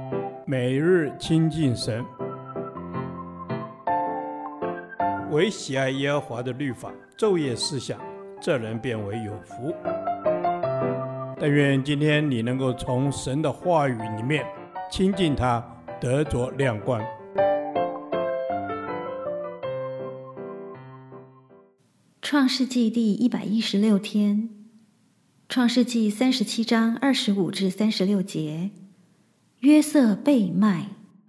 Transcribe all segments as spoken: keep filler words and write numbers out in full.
每日亲近神，唯喜爱耶和华的律法，昼夜思想，这人变为有福。但愿今天你能够从神的话语里面亲近他，得着亮光。 创世纪第一百一十六天，创世纪三十七章二十五至三十六节，约瑟被卖。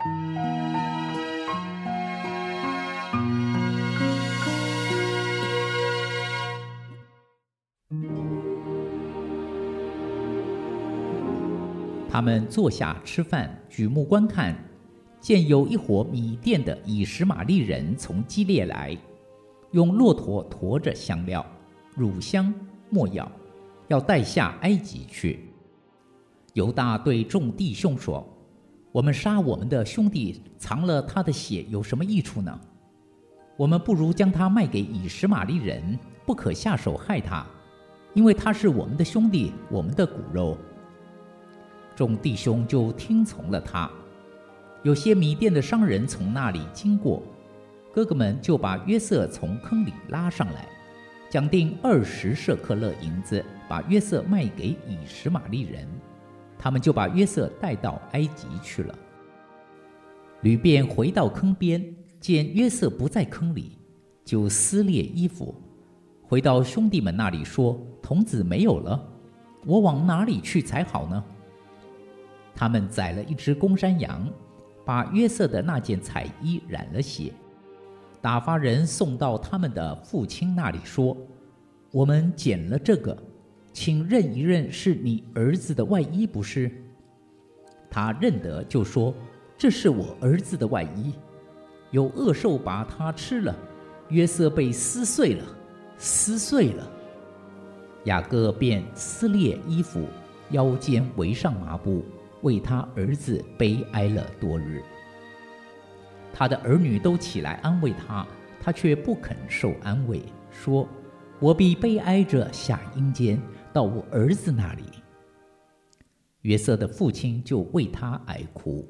他们坐下吃饭，举目观看，见有一伙米甸的以实玛利人从基列来，用骆驼驮着香料、乳香、没药，要带下埃及去。犹大对众弟兄说：我们杀我们的兄弟，藏了他的血有什么益处呢？我们不如将他卖给以实玛利人，不可下手害他，因为他是我们的兄弟，我们的骨肉。众弟兄就听从了他。有些米甸的商人从那里经过，哥哥们就把约瑟从坑里拉上来，讲定二十舍克勒银子，把约瑟卖给以实玛利人。他们就把约瑟带到埃及去了。吕便回到坑边，见约瑟不在坑里，就撕裂衣服，回到兄弟们那里说：童子没有了，我往哪里去才好呢？他们宰了一只公山羊，把约瑟的那件彩衣染了血，打发人送到他们的父亲那里说：我们捡了这个，请认一认是你儿子的外衣不是？他认得，就说：这是我儿子的外衣，有恶兽把它吃了，约瑟被撕碎了，撕碎了。雅各便撕裂衣服，腰间围上麻布，为他儿子悲哀了多日。他的儿女都起来安慰他，他却不肯受安慰，说：我必悲哀着下阴间，到我儿子那里。约瑟的父亲就为他哀哭。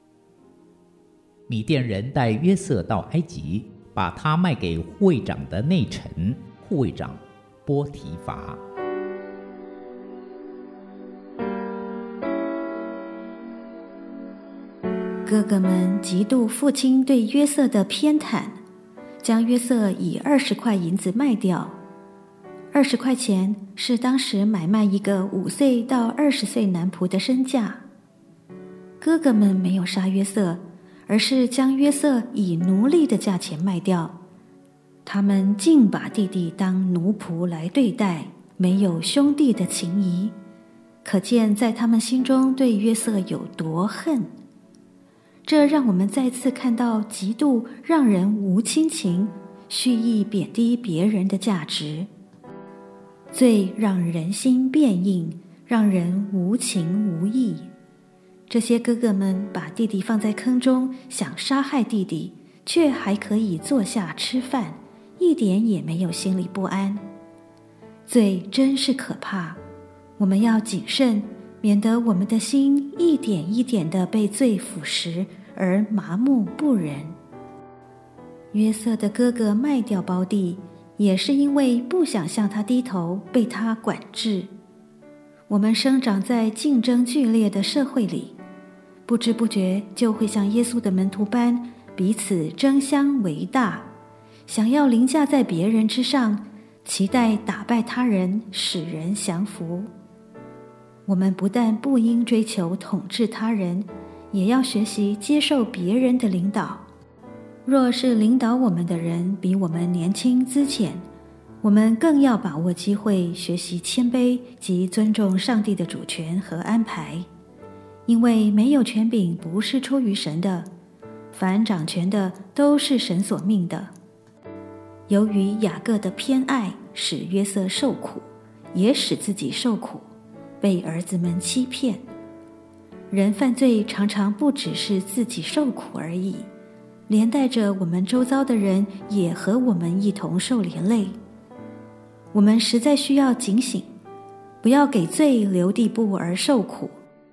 米甸人带约瑟到埃及，把他卖给护卫长的内臣，护卫长波提乏。 哥哥们嫉妒父亲对约瑟的偏袒，将约瑟以二十块银子卖掉。二十块钱是当时买卖一个五岁到二十岁男仆的身价。哥哥们没有杀约瑟，而是将约瑟以奴隶的价钱卖掉。他们竟把弟弟当奴仆来对待，没有兄弟的情谊，可见在他们心中对约瑟有多恨。这让我们再次看到嫉妒让人无亲情，蓄意贬低别人的价值。罪让人心变硬，让人无情无义。这些哥哥们把弟弟放在坑中，想杀害弟弟，却还可以坐下吃饭，一点也没有心里不安。罪真是可怕，我们要谨慎，免得我们的心一点一点地被罪腐蚀而麻木不仁。约瑟的哥哥卖掉胞弟，也是因为不想向他低头，被他管制。我们生长在竞争剧烈的社会里，不知不觉就会像耶稣的门徒般彼此争相为大，想要凌驾在别人之上，期待打败他人，使人降服。我们不但不应追求统治他人，也要学习接受别人的领导。若是领导我们的人比我们年轻资浅，我们更要把握机会，学习谦卑及尊重上帝的主权和安排。因为没有权柄不是出于神的，凡掌权的都是神所命的。由于雅各的偏爱，使约瑟受苦，也使自己受苦，被儿子们欺骗。人犯罪常常不只是自己受苦而已，连带着我们周遭的人也和我们一同受连累。我们实在需要警醒，不要给罪留地步而受苦。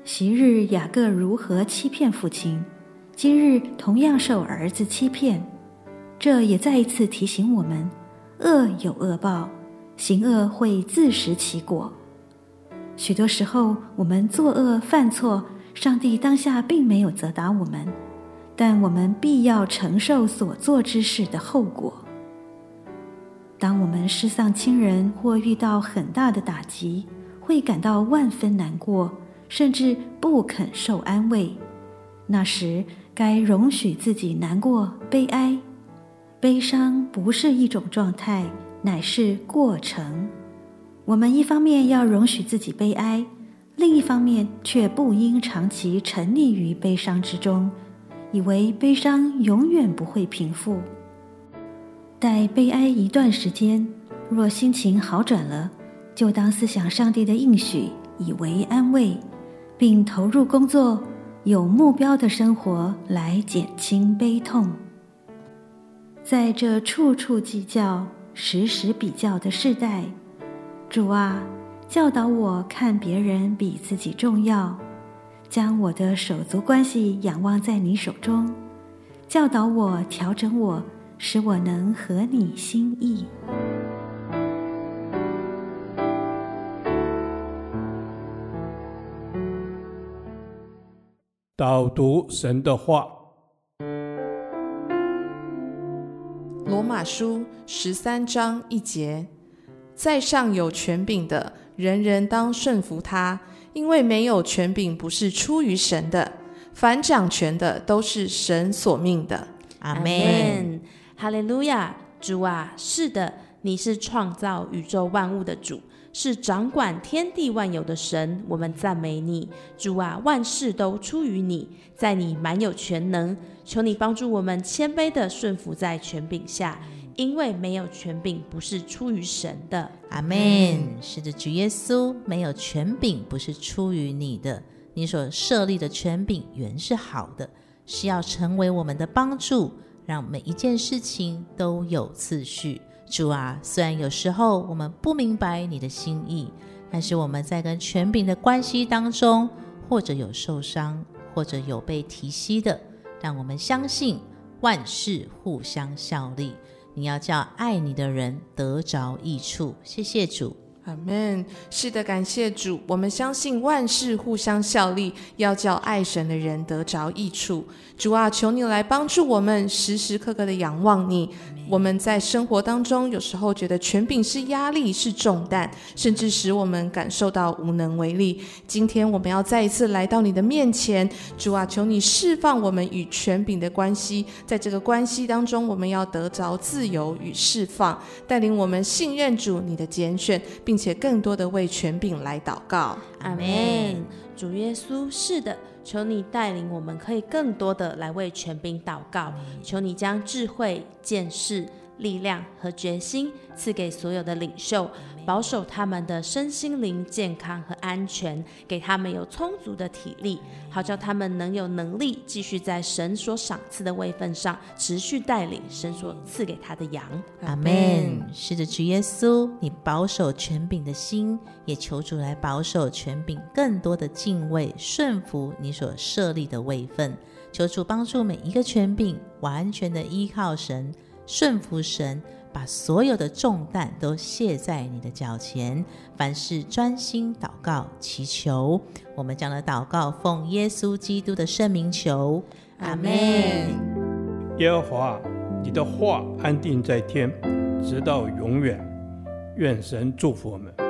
昔日雅各如何欺骗父亲，今日同样受儿子欺骗。这也再一次提醒我们，恶有恶报，行恶会自食其果。许多时候我们作恶犯错，上帝当下并没有责打我们，但我们必要承受所做之事的后果。当我们失丧亲人或遇到很大的打击，会感到万分难过，甚至不肯受安慰。那时该容许自己难过、悲哀。悲伤不是一种状态，乃是过程。我们一方面要容许自己悲哀，另一方面却不应长期沉溺于悲伤之中，以为悲伤永远不会平复。待悲哀一段时间，若心情好转了，就当思想上帝的应许，以为安慰，并投入工作，有目标的生活来减轻悲痛。在这处处计较、时时比较的世代，主啊，教导我看别人比自己重要，将我的手足关系仰望在你手中，教导我、调整我，使我能合你心意。 导读神的话。 罗马书十三章一节，在上有权柄的，人人当顺服他，因为没有权柄不是出于神的，凡掌权的都是神所命的。 阿们。哈利路亚！主啊，是的，你是创造宇宙万物的主，是掌管天地万有的神，我们赞美你。主啊，万事都出于你，在你满有全能，求你帮助我们谦卑的顺服在权柄下，因为没有权柄不是出于神的。 阿们。是的，主耶稣，没有权柄不是出于你的，你所设立的权柄原是好的，是要成为我们的帮助，让每一件事情都有次序。主啊，虽然有时候我们不明白你的心意，但是我们在跟权柄的关系当中，或者有受伤，或者有被提息的，让我们相信万事互相效力，你要叫爱你的人得着益处。谢谢主。 阿们。是的，感谢主，我们相信万事互相效力，要叫爱神的人得着益处。主啊，求你来帮助我们时时刻刻的仰望你。我们在生活当中有时候觉得权柄是压力，是重担，甚至使我们感受到无能为力。今天我们要再一次来到你的面前，主啊，求你释放我们与权柄的关系，在这个关系当中，我们要得着自由与释放，带领我们信任主你的拣选，并且更多的为权柄来祷告。 阿们。主耶稣，是的，求你带领我们可以更多的来为权柄祷告，求你将智慧、见识、力量和决心赐给所有的领袖，保守他们的身心灵健康和安全，给他们有充足的体力，好叫他们能有能力继续在神所赏赐的位分上持续带领神所赐给他的羊。 阿们。是的，主耶稣，你保守权柄的心，也求主来保守权柄更多的敬畏顺服你所设立的位分。求主帮助每一个权柄完全的依靠神，顺服神，把所有的重担都卸在你的脚前，凡事专心祷告祈求。我们将的祷告奉耶稣基督的圣名求。 阿们。 耶和华，你的话安定在天，直到永远。愿神祝福我们。